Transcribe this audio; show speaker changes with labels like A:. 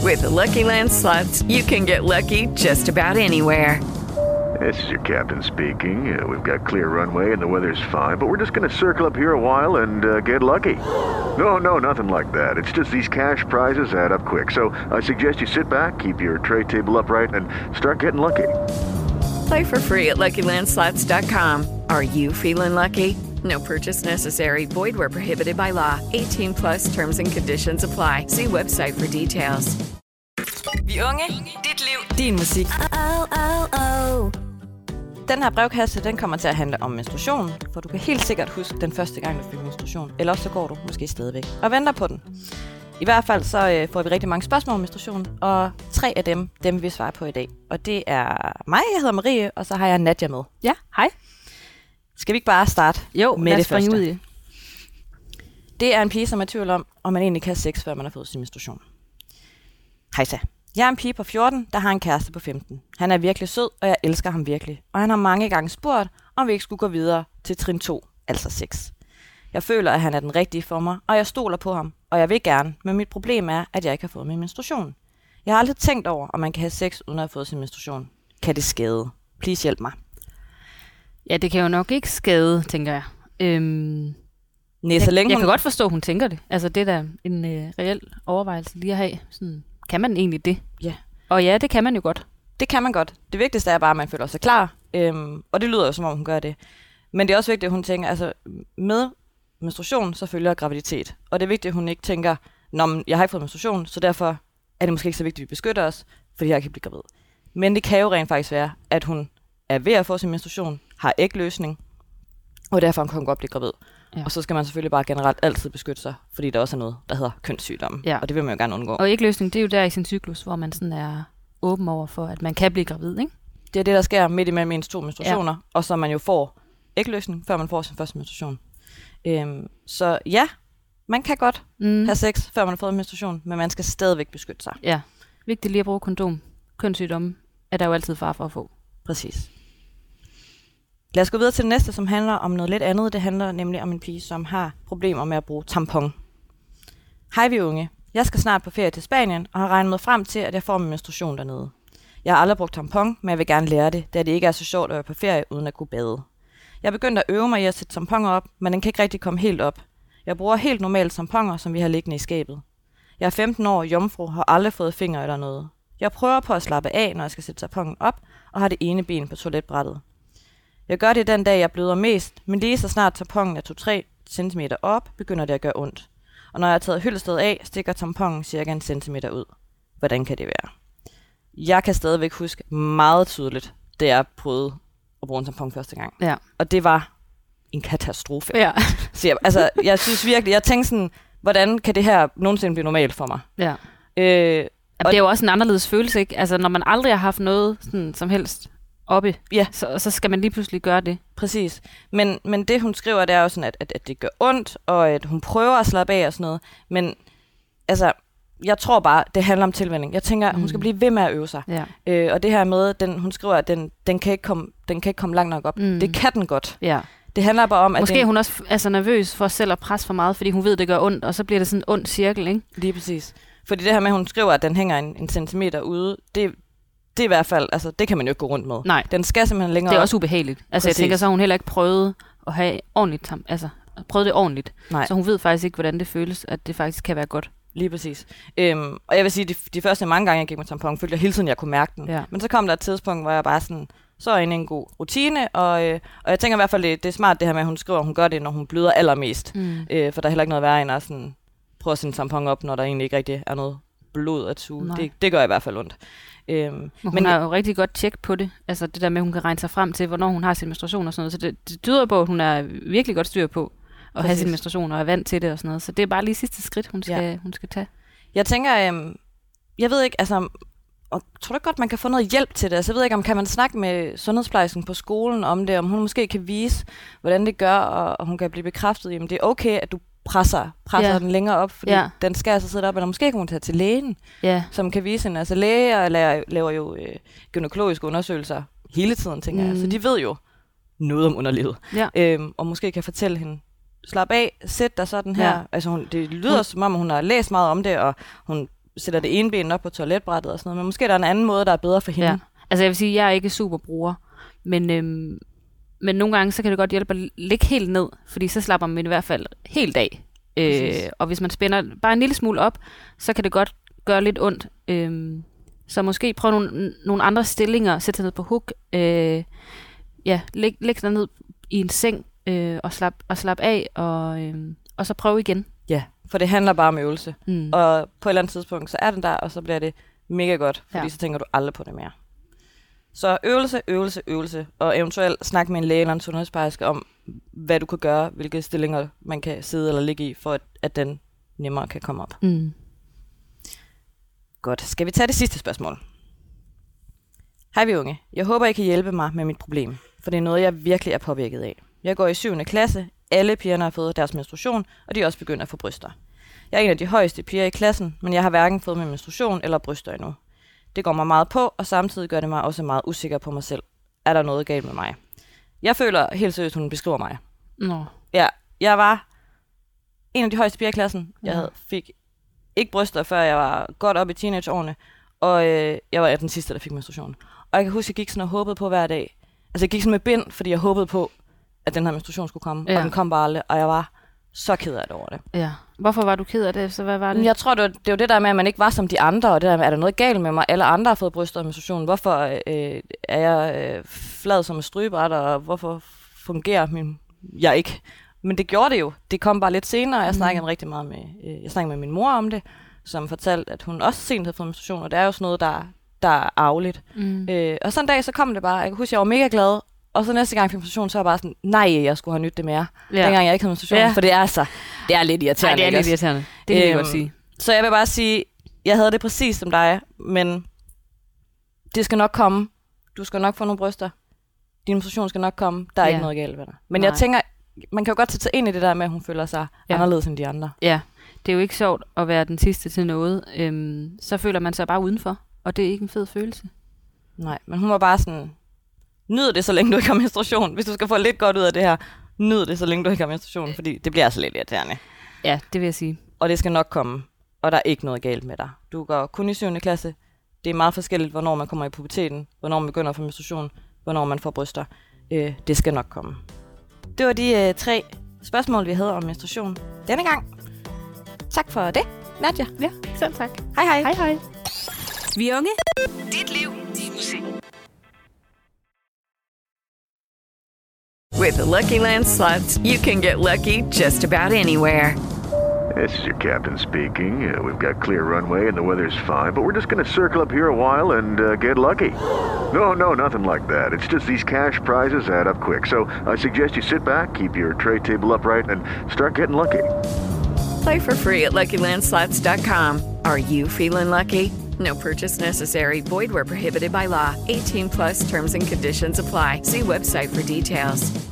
A: With the Lucky Land Slots, you can get lucky just about anywhere.
B: This is your captain speaking. We've got clear runway and the weather's fine, but we're just going to circle up here a while and get lucky. No, nothing like that. It's just these cash prizes add up quick. So I suggest you sit back, keep your tray table upright, and start getting lucky.
A: Play for free at LuckyLandSlots.com. Are you feeling lucky? No purchase necessary. Void where prohibited by law. 18 plus terms and conditions apply. See website for details.
C: Vi unge, dit liv, din musik. Den her brevkasse, den kommer til at handle om menstruation, for du kan helt sikkert huske den første gang, du fik menstruation. Eller også så går du måske stadigvæk og venter på den. I hvert fald så får vi rigtig mange spørgsmål om menstruation, og 3 af dem vil vi svare på i dag. Og det er mig, jeg hedder Marie, og så har jeg Nadia med.
D: Ja, hej.
C: Skal vi ikke bare starte med det første?
D: Ud i.
C: Det er en pige, som er i tvivl om man egentlig kan have sex, før man har fået sin menstruation. Hejsa. Jeg er en pige på 14, der har en kæreste på 15. Han er virkelig sød, og jeg elsker ham virkelig. Og han har mange gange spurgt, om vi ikke skulle gå videre til trin 2, altså sex. Jeg føler, at han er den rigtige for mig, og jeg stoler på ham, og jeg vil gerne, men mit problem er, at jeg ikke har fået min menstruation. Jeg har aldrig tænkt over, om man kan have sex, uden at have fået sin menstruation. Kan det skade? Please hjælp mig.
D: Ja, det kan jo nok ikke skade, tænker jeg. Jeg kan godt forstå, at hun tænker det. Altså, det er da en reel overvejelse lige at have. Sådan, kan man egentlig det?
C: Ja.
D: Og ja, det kan man jo godt.
C: Det kan man godt. Det vigtigste er bare, at man føler sig klar. Og det lyder jo, som om hun gør det. Men det er også vigtigt, at hun tænker, altså med menstruation, så følger graviditet. Og det er vigtigt, at hun ikke tænker, jeg har ikke fået menstruation, så derfor er det måske ikke så vigtigt, at vi beskytter os, fordi jeg kan blive gravid. Men det kan jo rent faktisk være, at hun er ved at få sin menstruation, har ægløsning, og derfor kan hun godt blive gravid. Ja. Og så skal man selvfølgelig bare generelt altid beskytte sig, fordi der også er noget, der hedder kønssygdomme. Ja. Og det vil man jo gerne undgå.
D: Og ægløsning, det er jo der i sin cyklus, hvor man sådan er åben over for, at man kan blive gravid, ikke?
C: Det er det, der sker midt imellem ens 2 menstruationer, og så man jo får ægløsning, før man får sin første menstruation. Så ja, man kan godt have sex, før man har fået en menstruation, men man skal stadigvæk beskytte sig.
D: Ja, vigtigt lige at bruge kondom. Kønssygdomme er der jo altid far for at få.
C: Præcis. Lad os gå videre til det næste, som handler om noget lidt andet. Det handler nemlig om en pige, som har problemer med at bruge tampon. Hej vi unge. Jeg skal snart på ferie til Spanien, og har regnet mig frem til, at jeg får min menstruation dernede. Jeg har aldrig brugt tampon, men jeg vil gerne lære det, da det ikke er så sjovt at være på ferie uden at kunne bade. Jeg er begyndt at øve mig i at sætte tamponer op, men den kan ikke rigtig komme helt op. Jeg bruger helt normale tamponer, som vi har liggende i skabet. Jeg er 15 år, jomfru, har aldrig fået fingre eller noget. Jeg prøver på at slappe af, når jeg skal sætte tamponen op, og har det ene ben på toiletbrættet. Jeg gør det den dag, jeg bløder mest, men lige så snart tamponen er 2-3 cm op, begynder det at gøre ondt. Og når jeg har taget hyldestedet af, stikker tamponen cirka 1 centimeter ud. Hvordan kan det være? Jeg kan stadigvæk huske meget tydeligt, da jeg prøvede at bruge en tampon første gang.
D: Ja.
C: Og det var en katastrofe.
D: Ja.
C: Så jeg synes virkelig, jeg tænkte sådan, hvordan kan det her nogensinde blive normalt for mig?
D: Ja. Det er jo også en anderledes følelse, ikke? Altså, når man aldrig har haft noget sådan, som helst oppe,
C: ja.
D: så skal man lige pludselig gøre det.
C: Præcis. Men det, hun skriver, det er jo sådan, at det gør ondt, og at hun prøver at slappe af og sådan noget. Men altså, jeg tror bare, det handler om tilvænning. Jeg tænker, hun skal blive ved med at øve sig. Ja. Og det her med, hun skriver, at den kan ikke komme langt nok op. Det kan den godt.
D: Ja.
C: Det handler bare om, at
D: måske er hun også altså, nervøs for selv at presse for meget, fordi hun ved, det gør ondt, og så bliver det sådan en ond cirkel, ikke?
C: Lige præcis. Fordi det her med, at hun skriver, at den hænger en centimeter ude, det er i hvert fald, altså det kan man jo ikke gå rundt med.
D: Nej.
C: Den skal simpelthen længere.
D: Det er også ubehageligt. Altså præcis. Jeg tænker, så har hun heller ikke prøvet at have ordentligt, prøvet det ordentligt. Nej. Så hun ved faktisk ikke, hvordan det føles, at det faktisk kan være godt.
C: Lige præcis. Og jeg vil sige, de første mange gange, jeg gik med tampon, følte jeg hele tiden, jeg kunne mærke den. Ja. Men så kom der et tidspunkt, hvor jeg bare sådan, så er jeg inde i en god rutine, og jeg tænker i hvert fald, det er smart det her med, at hun skriver, at hun gør det, når hun bløder allermest. For der er heller ikke noget værre end at sådan, prøve at sende tampon op, når der egentlig ikke rigtig er noget blod at suge. Det gør i hvert fald ondt.
D: Men har jo rigtig godt tjek på det. Altså det der med, at hun kan regne sig frem til, hvornår hun har sin menstruation og sådan noget. Så det tyder på, at hun er virkelig godt styr på at have sin menstruation og er vant til det og sådan noget. Så det er bare lige sidste skridt, hun skal tage.
C: Jeg tænker, jeg ved ikke, altså, og tror du godt, man kan få noget hjælp til det? Altså, jeg ved ikke, om kan man snakke med sundhedsplejersken på skolen om det, om hun måske kan vise, hvordan det gør, og hun kan blive bekræftet, jamen det er okay, at du presser den længere op, fordi den skal altså sidde op, eller måske kan hun tage til lægen, som kan vise hende. Altså læger laver jo gynækologiske undersøgelser hele tiden, tænker jeg. Så de ved jo noget om underlivet. Ja. Og måske kan fortælle hende, slap af, sæt dig sådan her. Altså det lyder som om, hun har læst meget om det, og hun sætter det ene ben op på toiletbrættet og sådan noget, men måske der er en anden måde, der er bedre for hende.
D: Ja. Altså jeg vil sige, at jeg er ikke superbruger, men nogle gange, så kan det godt hjælpe at ligge helt ned, fordi så slapper man i hvert fald helt af. Og hvis man spænder bare en lille smule op, så kan det godt gøre lidt ondt. Så måske prøv nogle andre stillinger, sæt dig ned på hook, læg dig ned i en seng og slap af, og så prøv igen.
C: Ja, for det handler bare om øvelse. Og på et eller andet tidspunkt, så er den der, og så bliver det mega godt, fordi så tænker du aldrig på det mere. Så øvelse, og eventuelt snak med en læge eller en sundhedsplejerske om, hvad du kan gøre, hvilke stillinger man kan sidde eller ligge i, for at den nemmere kan komme op. Godt. Skal vi tage det sidste spørgsmål? Hej vi unge. Jeg håber, I kan hjælpe mig med mit problem, for det er noget, jeg virkelig er påvirket af. Jeg går i 7. klasse. Alle pigerne har fået deres menstruation, og de er også begyndt at få bryster. Jeg er en af de højeste piger i klassen, men jeg har hverken fået min menstruation eller bryster endnu. Det går mig meget på, og samtidig gør det mig også meget usikker på mig selv. Er der noget galt med mig? Jeg føler helt seriøst, hun beskriver mig. Ja, jeg var en af de højeste piger i klassen. Jeg fik ikke bryster, før jeg var godt op i teenageårene, og jeg var den sidste, der fik menstruation. Og jeg kan huske, at jeg gik sådan og håbede på hver dag. Altså jeg gik sådan med bind, fordi jeg håbede på, at den her menstruation skulle komme, og den kom bare aldrig, og jeg var så ked af det over det.
D: Ja. Hvorfor var du ked af det? Så hvad var det?
C: Jeg tror, det var det der med, at man ikke var som de andre, og det der med, er der noget galt med mig? Alle andre har fået bryster og menstruation. Hvorfor er jeg flad som et strygebræt, og hvorfor fungerer jeg ikke? Men det gjorde det jo. Det kom bare lidt senere, og jeg snakkede rigtig meget med min mor om det, som fortalte, at hun også sent havde fået menstruation, og det er jo sådan noget, der er arveligt. Og sådan en dag, så kom det bare. Jeg kan huske, jeg var mega glad, og så næste gang jeg fik menstruation, så var jeg bare sådan, nej, jeg skulle have nyt det mere. Dengang jeg ikke havde menstruation, for det er lidt irriterende.
D: Det er lidt irriterende. Det kan jeg godt sige.
C: Så jeg vil bare sige, jeg havde det præcis som dig, men det skal nok komme. Du skal nok få nogle bryster. Din menstruation skal nok komme. Der er ikke noget galt ved dig. Men jeg tænker, man kan jo godt tage ind i det der med, at hun føler sig anderledes end de andre. Ja,
D: det er jo ikke sjovt at være den sidste til noget. Så føler man sig bare udenfor, og det er ikke en fed følelse.
C: Nej, men hun var bare sådan, nyd det, så længe du ikke har menstruation. Hvis du skal få lidt godt ud af det her, nyd det, så længe du ikke har menstruation, fordi det bliver altså lidt irriterende.
D: Ja, det vil jeg sige.
C: Og det skal nok komme, og der er ikke noget galt med dig. Du går kun i 7. klasse. Det er meget forskelligt, hvornår man kommer i puberteten, hvornår man begynder at få menstruation, hvornår man får bryster. Det skal nok komme. Det var de 3 spørgsmål, vi havde om menstruation denne gang. Tak for det, Nadja.
D: Ja, selv tak.
C: Hej hej.
D: Hej hej.
A: Vi unge. Dit liv, din musik. With the Lucky Land Slots, you can get lucky just about anywhere.
B: This is your captain speaking. We've got clear runway and the weather's fine, but we're just going to circle up here a while and get lucky. No, nothing like that. It's just these cash prizes add up quick. So I suggest you sit back, keep your tray table upright, and start getting lucky.
A: Play for free at LuckyLandSlots.com. Are you feeling lucky? No purchase necessary. Void where prohibited by law. 18+ terms and conditions apply. See website for details.